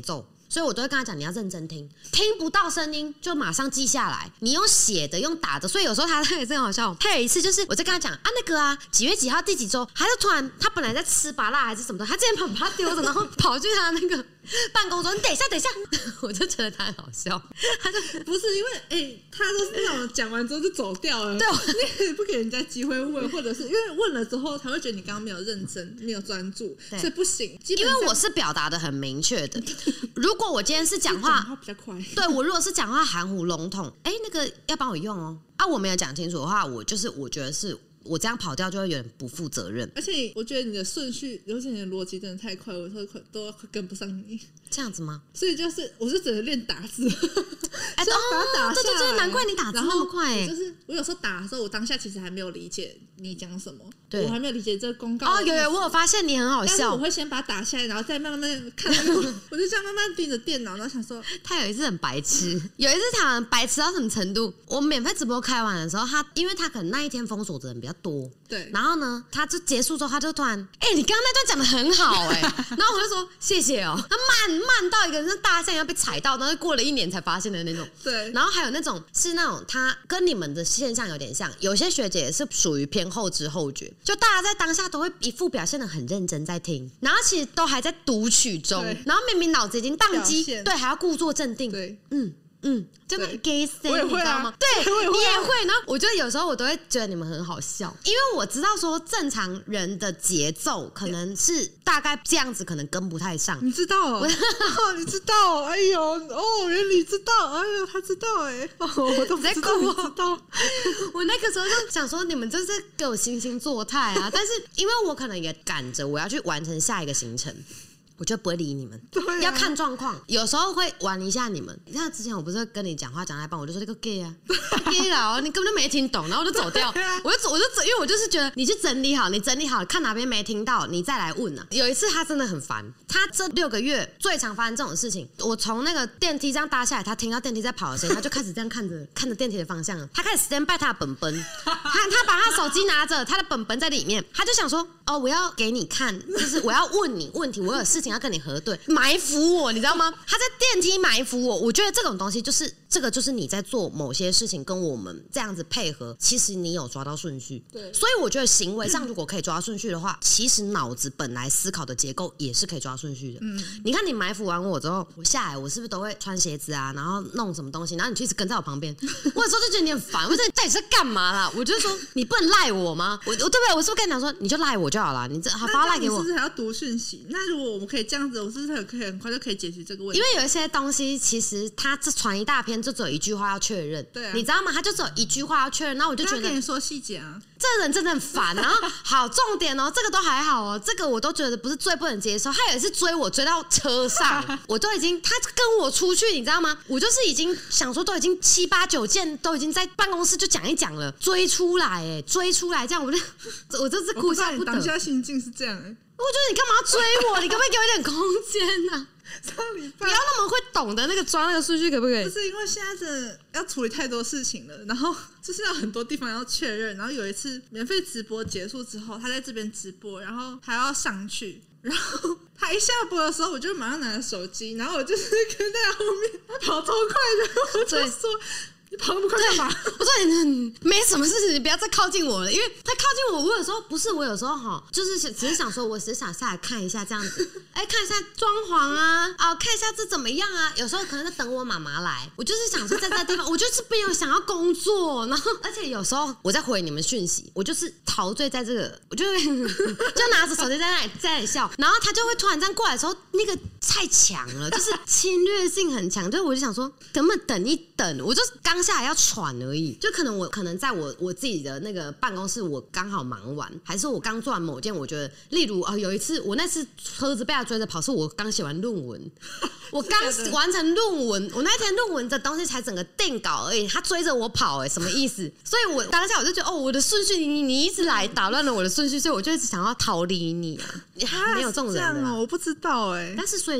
所以我都会跟他讲，你要认真听，听不到声音就马上记下来，你用写的用打的。所以有时候他他也是很好笑，他有一次就是我在跟他讲啊那个啊几月几号第几周，他就突然他本来在吃芭乐还是什么的，他竟然把它丢着，然后跑去他那个办公桌，你等一下等一下，我就觉得他很好笑，他就不是因为哎、欸，他都是那种讲完之后就走掉了， 对， 你也不给人家机会问，或者是因为问了之后才会觉得你刚刚没有认真，没有专注，所以不行。 因为我是表达的很明确的，如果我今天是讲话， 讲话比较快， 对我如果是讲话含糊笼统，哎、欸，那个要帮我用哦，啊，我没有讲清楚的话，我就是我觉得是。我这样跑掉就会有点不负责任， 而且我觉得你的顺序，尤其你的逻辑真的太快，我都都跟不上你。 这样子吗？ 所以就是我是只能练打字， 哎、欸， 把它打下来。 对对对，难怪你打字那么快、欸。 就是我有时候打的时候，我当下其实还没有理解你讲什么， 对我还没有理解这个公告。 哦，有有，我有发现你很好笑。 但是我会先把它打下来，然后再慢慢看那个，我就这样慢慢盯着电脑，然后想说， 他有一次很白痴，有一次他很白痴到什么程度？我免费直播开完的时候，他因为他可能那一天封锁的人比较多， 对。 然后呢，他就结束之后，他就突然，哎、欸，你刚刚那段讲的很好、欸，哎，然后我就说谢谢哦。他慢慢到一个人大象要被踩到，然后过了一年才发现的那种。 对。 然后还有那种是那种他跟你们的现象有点像，有些学姐也是属于偏后知后觉，就大家在当下都会一副表现得很认真在听，然后其实都还在读取中，然后明明脑子已经宕机，对，还要故作镇定， 对， 嗯。嗯，就那个 gay say， 你知道吗？对， 我也会、啊， 你也会。然后我觉得有时候我都会觉得你们很好笑，因为我知道说正常人的节奏可能是大概这样子，可能跟不太上。 你知道哦，哦你知道？哎呦，哦，原来你知道，哎呦，他知道哎、欸，哦，我都不知道，你知道。 我那个时候就想说，你们就是给我惺惺作态啊！但是因为我可能也赶着我要去完成下一个行程。我就不会理你们， 啊、 要看状况，有时候会玩一下你们。你看之前我不是跟你讲话讲到一半，我就说那个 gay 啊 ，gay 啦，你根本就没听懂，然后我就走掉，我就走，我就走，因为我就是觉得你去整理好，你整理好，看哪边没听到，你再来问啊。有一次他真的很烦，他这六个月最常发生这种事情。我从那个电梯这样搭下来，他听到电梯在跑的声音，他就开始这样看着看着电梯的方向了，他开始 stand by 他的本本，他他把他手机拿着，他的本本在里面，他就想说哦，我要给你看，就是我要问你问题，我有事情要跟你核对。埋伏我，你知道吗？他在电梯埋伏我，我觉得这种东西就是这个，就是你在做某些事情跟我们这样子配合，其实你有抓到顺序。 对， 所以我觉得行为上如果可以抓到顺序的话，其实脑子本来思考的结构也是可以抓顺序的。嗯，你看你埋伏完我之后，我下来我是不是都会穿鞋子啊，然后弄什么东西，然后你其实跟在我旁边，我有时候就觉得你很烦，我说你到底是干嘛啦？我就说你不能赖我吗？我我对不对？我是不是跟你讲说你就赖我就好了？你这好不要赖给我？ 是不是还要读讯息？那如果我们可以这样子，我是不是可以很快就可以解决这个问题？ 因为有一些东西，其实他这传一大篇，就只有一句话要确认， 对啊， 你知道吗？他就只有一句话要确认，然后我就觉得跟你说细节啊， 这个人真的很烦。然后好重点哦，这个都还好哦，这个我都觉得不是最不能接受。他有一次追我追到车上，我都已经他跟我出去，你知道吗？我就是已经想说都已经七八九件都已经在办公室就讲一讲了，追出来哎，追出来这样我就我就是哭笑不得。 我当下心境是这样哎。 我觉得你干嘛要追我？你可不可以给我一点空间呢、啊？ 上礼拜不要那么会懂得那个抓那个顺序，可不可以？ 不是因为现在真的要处理太多事情了，然后就是要很多地方要确认。然后有一次免费直播结束之后，他在这边直播，然后还要上去。然后他一下播的时候，我就马上拿着手机，然后我就是跟在后面，他跑超快的，我就说。你跑那么快干嘛？ 我说你没什么事情，你不要再靠近我了，因为他靠近我，我有时候不是，我有时候哈，就是只是想说，我只是想下来看一下这样子，哎，看一下装潢啊，哦，看一下这怎么样啊。有时候可能在等我妈妈来，我就是想说在这个地方，我就是没有想要工作，然后而且有时候我在回你们讯息，我就是陶醉在这个，我就会就拿着手机在那里在那里笑，然后他就会突然这样过来的时候，那个太强了，就是侵略性很强，就是我就想说，根本等一等，我就刚。当下要喘而已，就可能我可能在我我自己的那个办公室，我刚好忙完，还是我刚做完某件，我觉得，例如啊、呃，有一次我那次车子被他追着跑，是我刚写完论文，我刚完成论文，我那天论文的东西才整个定稿而已，他追着我跑、欸，哎，什么意思？所以我当下我就觉得，哦，我的顺序你你一直来打乱了我的顺序，所以我就一直想要逃离你啊，没有这种人的、啊， 哦，我不知道哎、欸。 但是所以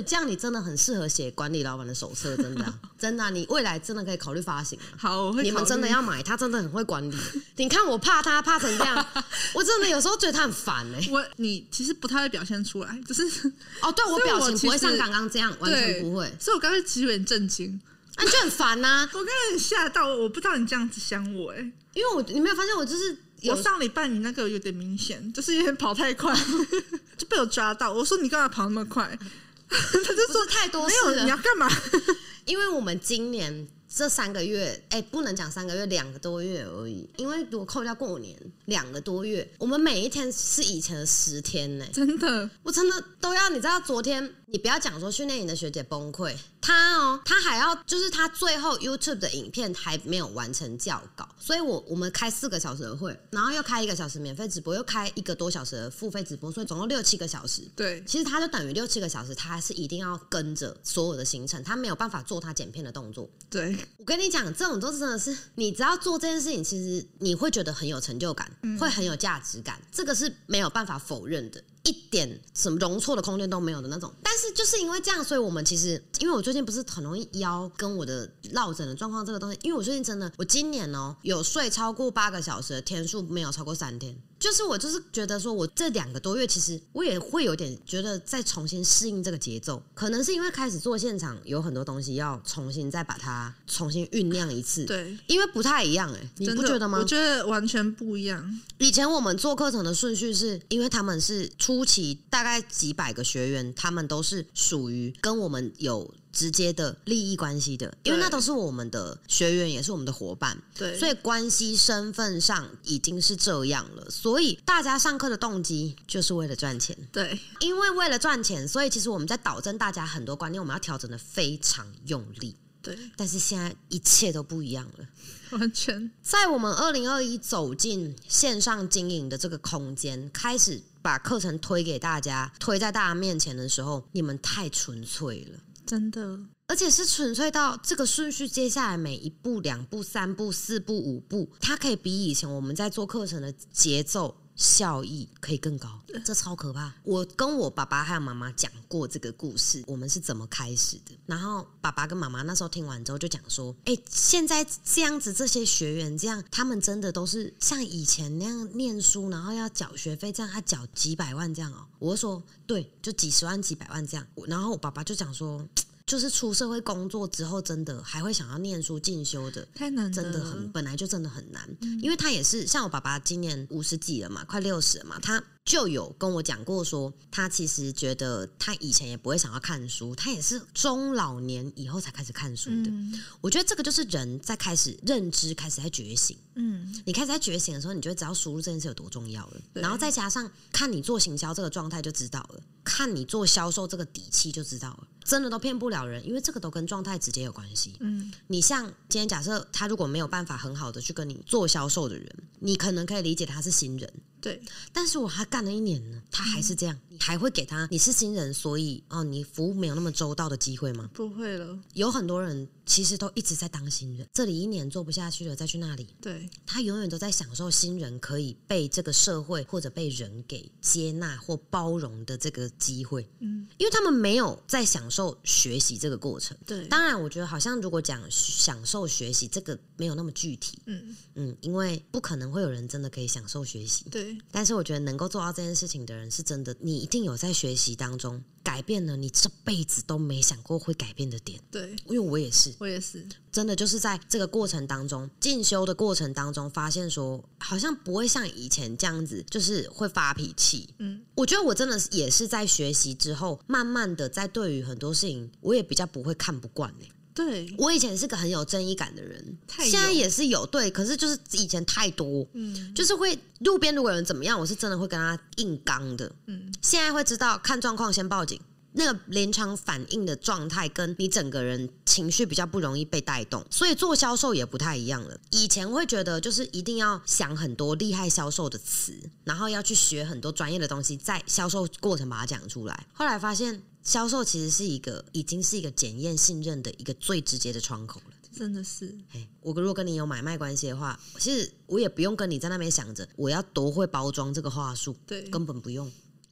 这样你真的很适合写管理老板的手册，真的、啊、真的、啊，你未来真的可以考虑发行、啊。 好，我会考虑。 你们真的要买，他真的很会管理。你看我怕他怕成这样，我真的有时候觉得他很烦哎、欸。 我你其实不太会表现出来，就是哦，对我表情不会像刚刚这样，完全不会。 所以我刚才其实有点震惊。 那、啊、就很烦呐、啊！ 我刚才很吓到，我不知道你这样子想我哎、欸， 因为我你没有发现我就是我上礼拜你那个有点明显，就是有点跑太快，就被我抓到。我说你干嘛跑那么快？他就说太多事了， 没有你要干嘛？ 因为我们今年这三个月，哎、欸，不能讲三个月，两个多月而已。因为如果扣掉过年，两个多月，我们每一天是以前的十天呢、欸。 真的， 我真的都要，你知道，昨天你不要讲说训练营的学姐崩溃，她哦，她还要就是她最后 YouTube 的影片还没有完成校稿，所以我我们开四个小时的会，然后又开一个小时免费直播，又开一个多小时的付费直播，所以总共六七个小时。 对， 其实她就等于六七个小时，她是一定要跟着所有的行程，她没有办法做她剪片的动作。 对， 我跟你讲，这种都真的是，你只要做这件事情，其实你会觉得很有成就感，嗯、会很有价值感，这个是没有办法否认的。一点什么容错的空间都没有的那种，但是就是因为这样，所以我们其实，因为我最近不是很容易腰跟我的落枕的状况这个东西，因为我最近真的，我今年哦、喔、有睡超过八个小时的天数没有超过三天，就是我就是觉得说我这两个多月其实我也会有点觉得再重新适应这个节奏，可能是因为开始做现场有很多东西要重新再把它重新酝酿一次， 对， 因为不太一样哎、欸，你不觉得吗？ 我觉得完全不一样。 以前我们做课程的顺序是因为他们是初期大概几百个学员，他们都是属于跟我们有直接的利益关系的，因为那都是我们的学员，也是我们的伙伴， 对， 所以关系身份上已经是这样了，所以大家上课的动机就是为了赚钱， 对， 因为为了赚钱，所以其实我们在导正大家很多观念，我们要调整的非常用力， 对， 但是现在一切都不一样了。 完全在我们二零二一走进线上经营的这个空间，开始把课程推给大家，推在大家面前的时候，你们太纯粹了， 真的， 而且是纯粹到这个顺序，接下来每一步、两步、三步、四步、五步，它可以比以前我们在做课程的节奏效益可以更高，这超可怕。我跟我爸爸还有妈妈讲过这个故事，我们是怎么开始的，然后爸爸跟妈妈那时候听完之后就讲说，哎、欸，现在这样子这些学员这样，他们真的都是像以前那样念书，然后要缴学费，这样他缴几百万这样哦。我就说对，就几十万几百万这样。然后我爸爸就讲说，就是出社会工作之后，真的还会想要念书进修的， 太难了， 真的很本来就真的很难、嗯。因为他也是像我爸爸，今年五十几了嘛，快六十了嘛，他就有跟我讲过说，他其实觉得他以前也不会想要看书，他也是中老年以后才开始看书的。嗯、我觉得这个就是人在开始认知，开始在觉醒。嗯，你开始在觉醒的时候，你就会知道输入这件事有多重要了。然后再加上看你做行销这个状态就知道了，看你做销售这个底气就知道了。真的都骗不了人，因为这个都跟状态直接有关系。嗯，你像今天假设他如果没有办法很好的去跟你做销售的人，你可能可以理解他是新人， 对。 但是我他干了一年呢，他还是这样，嗯、你还会给他你是新人，所以哦，你服务没有那么周到的机会吗？ 不会了。 有很多人其实都一直在当新人，这里一年做不下去了，再去那里。 对， 他永远都在享受新人可以被这个社会或者被人给接纳或包容的这个机会。嗯，因为他们没有在享受学习这个过程。 对， 当然我觉得好像如果讲享受学习这个没有那么具体。嗯嗯，因为不可能会有人真的可以享受学习。 对， 但是我觉得能够做到这件事情的人是真的，你一定有在学习当中改变了你这辈子都没想过会改变的点。 对， 因为我也是， 我也是， 真的就是在这个过程当中，进修的过程当中，发现说好像不会像以前这样子，就是会发脾气。嗯，我觉得我真的也是在学习之后，慢慢的在对于很多事情，我也比较不会看不惯欸。 对， 我以前是个很有正义感的人， 现在也是有，对，可是就是以前太多，嗯，就是会路边如果有人怎么样，我是真的会跟他硬刚的，嗯，现在会知道看状况先报警，那个临场反应的状态跟你整个人情绪比较不容易被带动，所以做销售也不太一样了。以前会觉得就是一定要想很多厉害销售的词，然后要去学很多专业的东西，在销售过程把它讲出来，后来发现销售其实是一个已经是一个检验信任的一个最直接的窗口了。 真的是， 我如果跟你有买卖关系的话，其实我也不用跟你在那边想着我要多会包装这个话术， 对， 根本不用。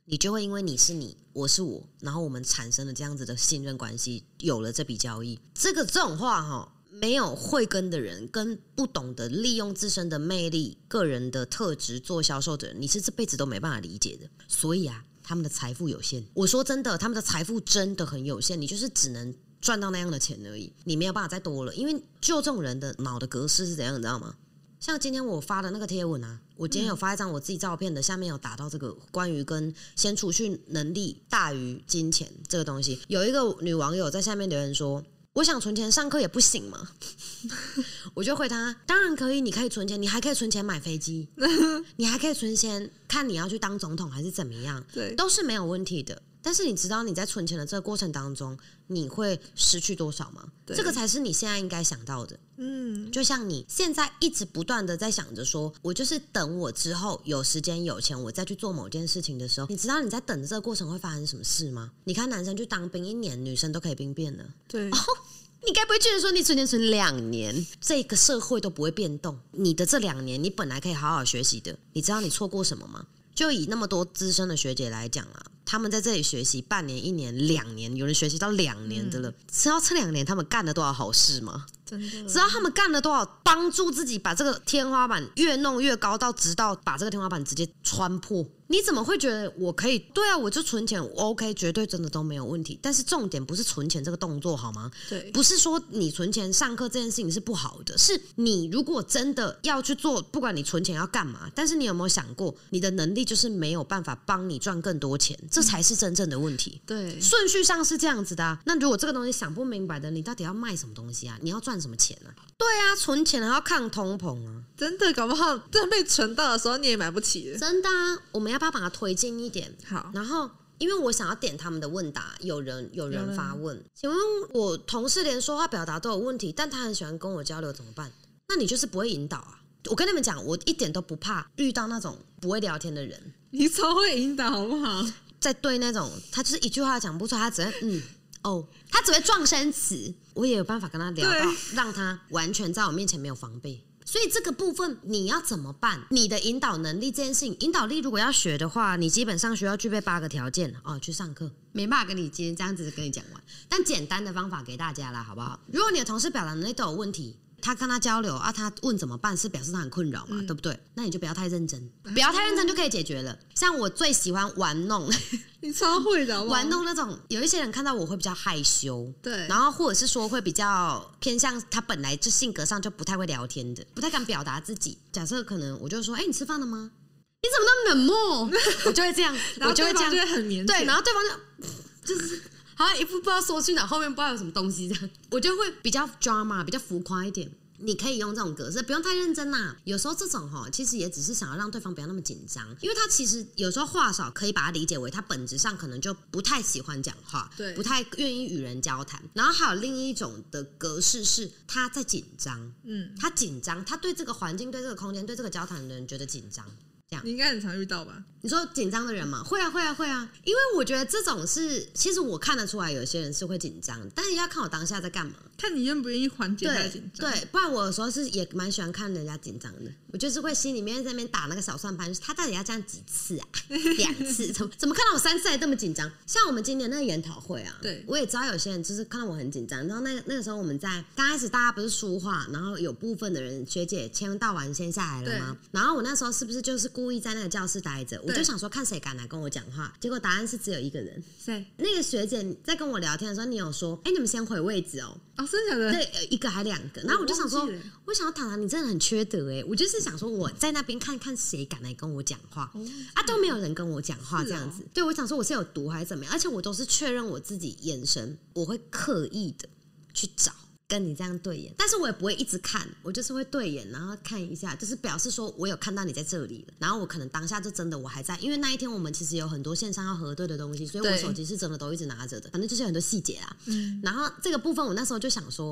你就会因为你是你，我是我，然后我们产生了这样子的信任关系，有了这笔交易。这个这种话哈，没有慧根的人跟不懂得利用自身的魅力、个人的特质做销售的人，你是这辈子都没办法理解的。所以啊，他们的财富有限。我说真的，他们的财富真的很有限，你就是只能赚到那样的钱而已，你没有办法再多了。因为就这种人的脑的格式是怎样，你知道吗？像今天我发的那个贴文啊，我今天有发一张我自己照片的，下面有打到这个关于跟先储蓄能力大于金钱这个东西。有一个女网友在下面留言说，我想存钱上课也不行吗？我就回他，当然可以，你可以存钱，你还可以存钱买飞机，你还可以存钱看你要去当总统还是怎么样， 对， 都是没有问题的。但是你知道你在存钱的这个过程当中，你会失去多少吗？这个才是你现在应该想到的。嗯，就像你现在一直不断的在想着说，我就是等我之后有时间有钱，我再去做某件事情的时候，你知道你在等的这个过程会发生什么事吗？你看男生去当兵一年，女生都可以兵变了。 对。 哦，你该不会觉得说你存钱存两年，这个社会都不会变动？你的这两年，你本来可以好好学习的，你知道你错过什么吗？就以那么多资深的学姐来讲啊，他们在这里学习半年、一年、两年，有人学习到两年的了。嗯、知道这两年他们干了多少好事吗？ 真的， 知道他们干了多少帮助自己把这个天花板越弄越高，到直到把这个天花板直接穿破。你怎么会觉得我可以？对啊，我就存钱，我 OK， 绝对真的都没有问题。但是重点不是存钱这个动作好吗？ 对， 不是说你存钱上课这件事情是不好的，是你如果真的要去做，不管你存钱要干嘛，但是你有没有想过，你的能力就是没有办法帮你赚更多钱，这才是真正的问题。 对， 顺序上是这样子的啊。那如果这个东西想不明白的，你到底要卖什么东西啊？你要赚什么钱啊？对啊，存钱还要抗通膨啊！ 真的，搞不好真被存到的时候你也买不起了。 真的啊，我们要不要把它推进一点？ 好， 然后因为我想要点他们的问答，有人有人发问，请问我同事连说话表达都有问题，但他很喜欢跟我交流，怎么办？那你就是不会引导啊！我跟你们讲，我一点都不怕遇到那种不会聊天的人， 你超会引导，好不好？ 在对那种他就是一句话讲不出来，他只会嗯哦，他只会撞生词，我也有办法跟他聊到，让他完全在我面前没有防备。所以这个部分你要怎么办？你的引导能力这件事情，引导力如果要学的话，你基本上需要具备八个条件哦。去上课没办法跟你今天这样子跟你讲完，但简单的方法给大家啦，好不好？如果你的同事表达能力都有问题，他跟他交流啊，他问怎么办，是表示他很困扰嘛，嗯、对不对？那你就不要太认真，不要太认真就可以解决了。像我最喜欢玩弄， 你超会的好不好， 玩弄那种有一些人看到我会比较害羞， 对， 然后或者是说会比较偏向他本来就性格上就不太会聊天的，不太敢表达自己。假设可能我就说，哎、欸，你吃饭了吗？你怎么那么冷漠？我就会这样，我就会这样， 就会很腼腆， 对，然后对方就就是好像一副不知道说去哪，后面不知道有什么东西这样，我就会比较 drama， 比较浮夸一点。你可以用这种格式，不用太认真啦。有时候这种哈，其实也只是想要让对方不要那么紧张，因为他其实有时候话少，可以把它理解为他本质上可能就不太喜欢讲话， 对， 不太愿意与人交谈。然后还有另一种的格式是他在紧张，嗯，他紧张，他对这个环境、对这个空间、对这个交谈的人觉得紧张。这样你应该很常遇到吧？ 你说紧张的人吗？会啊，会啊，会啊。因为我觉得这种是，其实我看得出来，有些人是会紧张，但是要看我当下在干嘛， 看你愿不愿意缓解他的紧张。 对，不然我有时候是也蛮喜欢看人家紧张的。我就是会心里面在那边打那个小算盘，就是他到底要这样几次啊？两次？怎么怎么看到我三次还这么紧张？像我们今年那个研讨会啊， 对， 我也知道有些人就是看到我很紧张。然后那那个时候我们在刚开始大家不是书画，然后有部分的人学姐签到完先下来了吗？然后我那时候是不是就是故意在那个教室待着？我就想说看谁敢来跟我讲话，结果答案是只有一个人。 谁？ 那个学姐在跟我聊天的时候，你有说，哎、欸，你们先回位置哦。 哦，真的假的？ 对，一个还两个。然后我就想说，我想要谈谈你真的很缺德哎！我就是想说，我在那边看看谁敢来跟我讲话、哦、啊，都没有人跟我讲话这样子。哦、对，我想说我是有毒还是怎么样？而且我都是确认我自己眼神，我会刻意的去找。跟你这样对眼，但是我也不会一直看，我就是会对眼，然后看一下，就是表示说我有看到你在这里了。然后我可能当下就真的我还在，因为那一天我们其实有很多线上要核对的东西，所以我手机是真的都一直拿着的，反正就是有很多细节啦。嗯，然后这个部分我那时候就想说，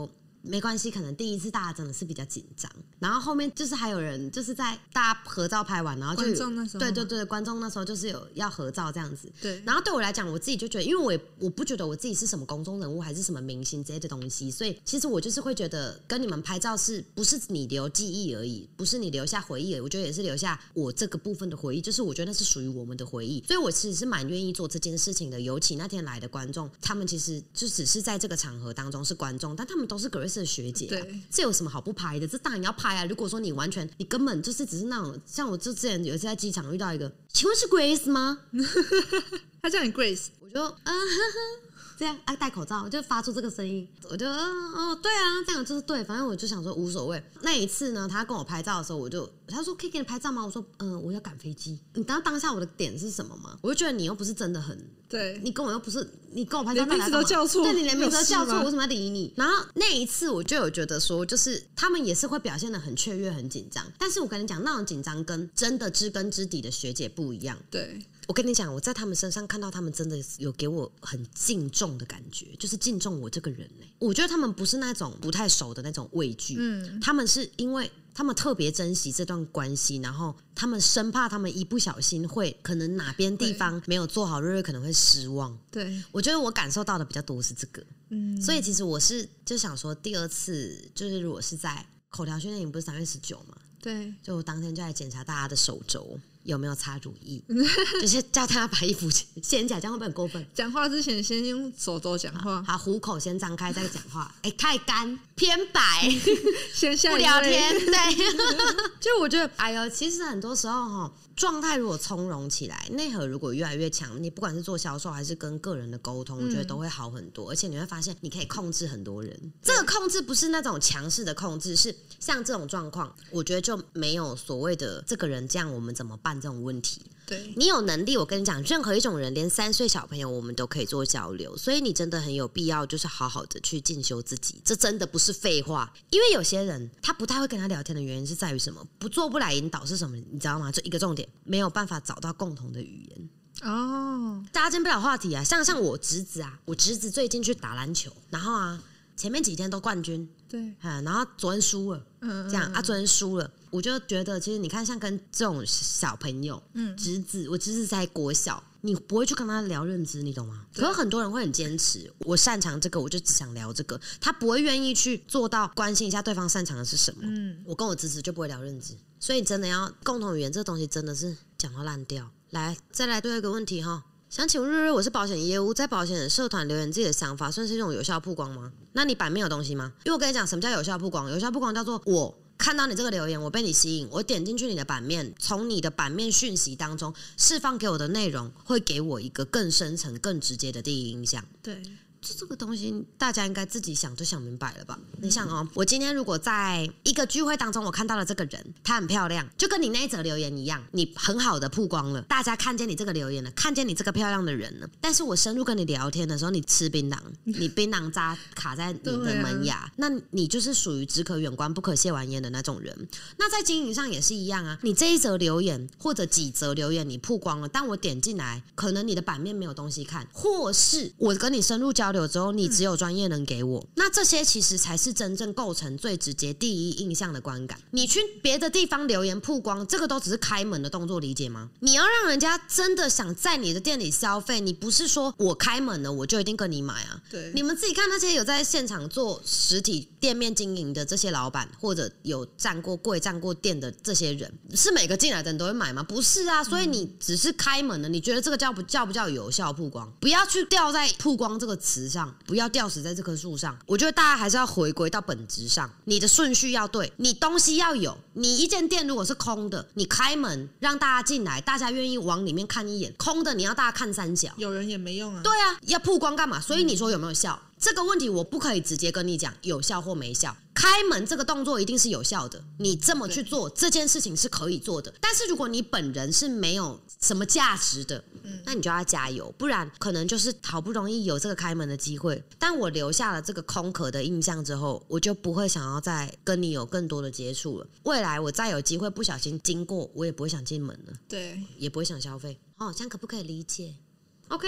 没关系，可能第一次大家真的是比较紧张，然后后面就是还有人就是在大家合照拍完，然后就观众那时候， 对对对，观众那时候就是有要合照这样子。 对， 然后对我来讲，我自己就觉得，因为我也我不觉得我自己是什么公众人物还是什么明星之类的东西，所以其实我就是会觉得跟你们拍照是不是你留记忆而已，不是你留下回忆而已，我觉得也是留下我这个部分的回忆，就是我觉得那是属于我们的回忆，所以我其实是蛮愿意做这件事情的。尤其那天来的观众，他们其实就只是在这个场合当中是观众，但他们都是 Grace 的学姐、啊， 对， 这有什么好不拍的？这当然要拍啊！如果说你完全你根本就是只是那种，像我之前有一次在机场遇到一个，请问是 Grace 吗？ 他叫你 Grace， 我就嗯、呃、呵呵这样啊，戴口罩就发出这个声音，我就嗯哦对啊，这样就是对，反正我就想说无所谓。那一次呢，他跟我拍照的时候，我就他说可以给你拍照吗？我说嗯、呃，我要赶飞机。你知道当下我的点是什么吗？我就觉得你又不是真的很对， 你跟我又不是你跟我拍照， 连名字都叫错， 对你连名字都叫错， 我为什么要理你？然后那一次我就有觉得说，就是他们也是会表现得很雀跃、很紧张，但是我跟你讲，那种紧张跟真的知根知底的学姐不一样。 对。 我跟你讲，我在他们身上看到他们真的有给我很敬重的感觉，就是敬重我这个人、欸、我觉得他们不是那种不太熟的那种畏惧，嗯，他们是因为他们特别珍惜这段关系，然后他们生怕他们一不小心会可能哪边地方没有做好，瑞瑞可能会失望。 对， 我觉得我感受到的比较多是这个，嗯，所以其实我是就想说，第二次就是如果是在口条训练营，不是三月十九嘛？ 对， 就我当天就来检查大家的手肘有没有擦乳液，就是叫他把衣服掀起来，这样会不会很过分？ 讲话之前先用手肘讲话， 好，虎口先张开再讲话。哎、欸，太干偏白， 先下不聊天。对，就我觉得，哎呦，其实很多时候哈，状态如果从容起来，内核如果越来越强，你不管是做销售还是跟个人的沟通，我觉得都会好很多。而且你会发现，你可以控制很多人。这个控制不是那种强势的控制，是像这种状况，我觉得就没有所谓的这个人这样我们怎么办这种问题。 对， 你有能力，我跟你讲，任何一种人，连三岁小朋友我们都可以做交流，所以你真的很有必要，就是好好的去进修自己，这真的不是废话。因为有些人他不太会跟他聊天的原因是在于什么？不做不来引导是什么？你知道吗？就一个重点，没有办法找到共同的语言。哦，搭建不了话题啊，像像我侄子啊，我侄子最近去打篮球，然后啊，前面几天都冠军， 对， 啊，然后昨天输了，嗯，这样啊，昨天输了。我就觉得，其实你看，像跟这种小朋友，嗯，侄子，我侄子在国小，你不会去跟他聊认知，你懂吗？可是很多人会很坚持，我擅长这个，我就只想聊这个，他不会愿意去做到关心一下对方擅长的是什么。嗯，我跟我侄子就不会聊认知，所以真的要共同语言，这个东西真的是讲到烂掉。来，再来最后一个问题哈。想请问瑞瑞，我是保险业务，在保险社团留言自己的想法，算是一种有效曝光吗？那你版面有东西吗？因为我跟你讲，什么叫有效曝光？有效曝光叫做我看到你这个留言，我被你吸引，我点进去你的版面，从你的版面讯息当中释放给我的内容，会给我一个更深层、更直接的第一印象。 对。 这个东西大家应该自己想就想明白了吧？你想哦，我今天如果在一个聚会当中，我看到了这个人，她很漂亮，就跟你那一则留言一样，你很好的曝光了，大家看见你这个留言了，看见你这个漂亮的人了。但是我深入跟你聊天的时候，你吃槟榔，你槟榔渣卡在你的门牙，啊、那你就是属于只可远观不可亵玩焉的那种人。那在经营上也是一样啊，你这一则留言或者几则留言你曝光了，但我点进来，可能你的版面没有东西看，或是我跟你深入交流之后，你只有专业能给我，嗯、那这些其实才是真正构成最直接第一印象的观感。你去别的地方留言曝光，这个都只是开门的动作，理解吗？你要让人家真的想在你的店里消费，你不是说我开门了我就一定跟你买啊。 对， 你们自己看那些有在现场做实体店面经营的这些老板，或者有站过柜、站过店的这些人，是每个进来的人都会买吗？不是啊，所以你只是开门了，你觉得这个叫不叫不叫有效曝光？不要去掉在曝光这个词上。不要吊死在这棵树上，我觉得大家还是要回归到本质上，你的顺序要对，你东西要有。你一间店如果是空的，你开门让大家进来，大家愿意往里面看一眼，空的你要大家看三角， 有人也没用啊。 对啊，要曝光干嘛？所以你说有没有效？嗯、这个问题我不可以直接跟你讲有效或没效。开门这个动作一定是有效的，你这么去做这件事情是可以做的。但是如果你本人是没有什么价值的，嗯、那你就要加油，不然可能就是好不容易有这个开门的机会，但我留下了这个空壳的印象之后，我就不会想要再跟你有更多的接触了。未来我再有机会不小心经过，我也不会想进门了， 对， 也不会想消费。哦，这样可不可以理解？OK，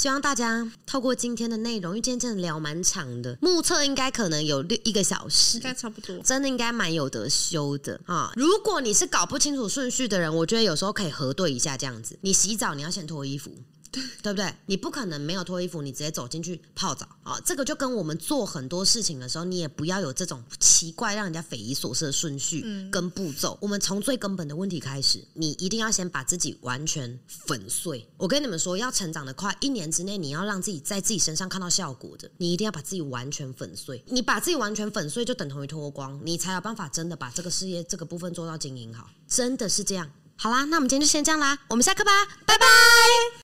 希望大家透过今天的内容，因为今天真的聊蛮长的，目测应该可能有一个小时， 应该差不多， 真的应该蛮有得修的啊！如果你是搞不清楚顺序的人，我觉得有时候可以核对一下，这样子，你洗澡你要先脱衣服。对不对？你不可能没有脱衣服，你直接走进去泡澡啊、哦！这个就跟我们做很多事情的时候，你也不要有这种奇怪、让人家匪夷所思的顺序跟步骤。嗯、我们从最根本的问题开始，你一定要先把自己完全粉碎。我跟你们说，要成长得快，一年之内你要让自己在自己身上看到效果的，你一定要把自己完全粉碎。你把自己完全粉碎，就等同于脱光，你才有办法真的把这个事业这个部分做到经营好，真的是这样。好啦，那我们今天就先这样啦，我们下课吧，拜拜。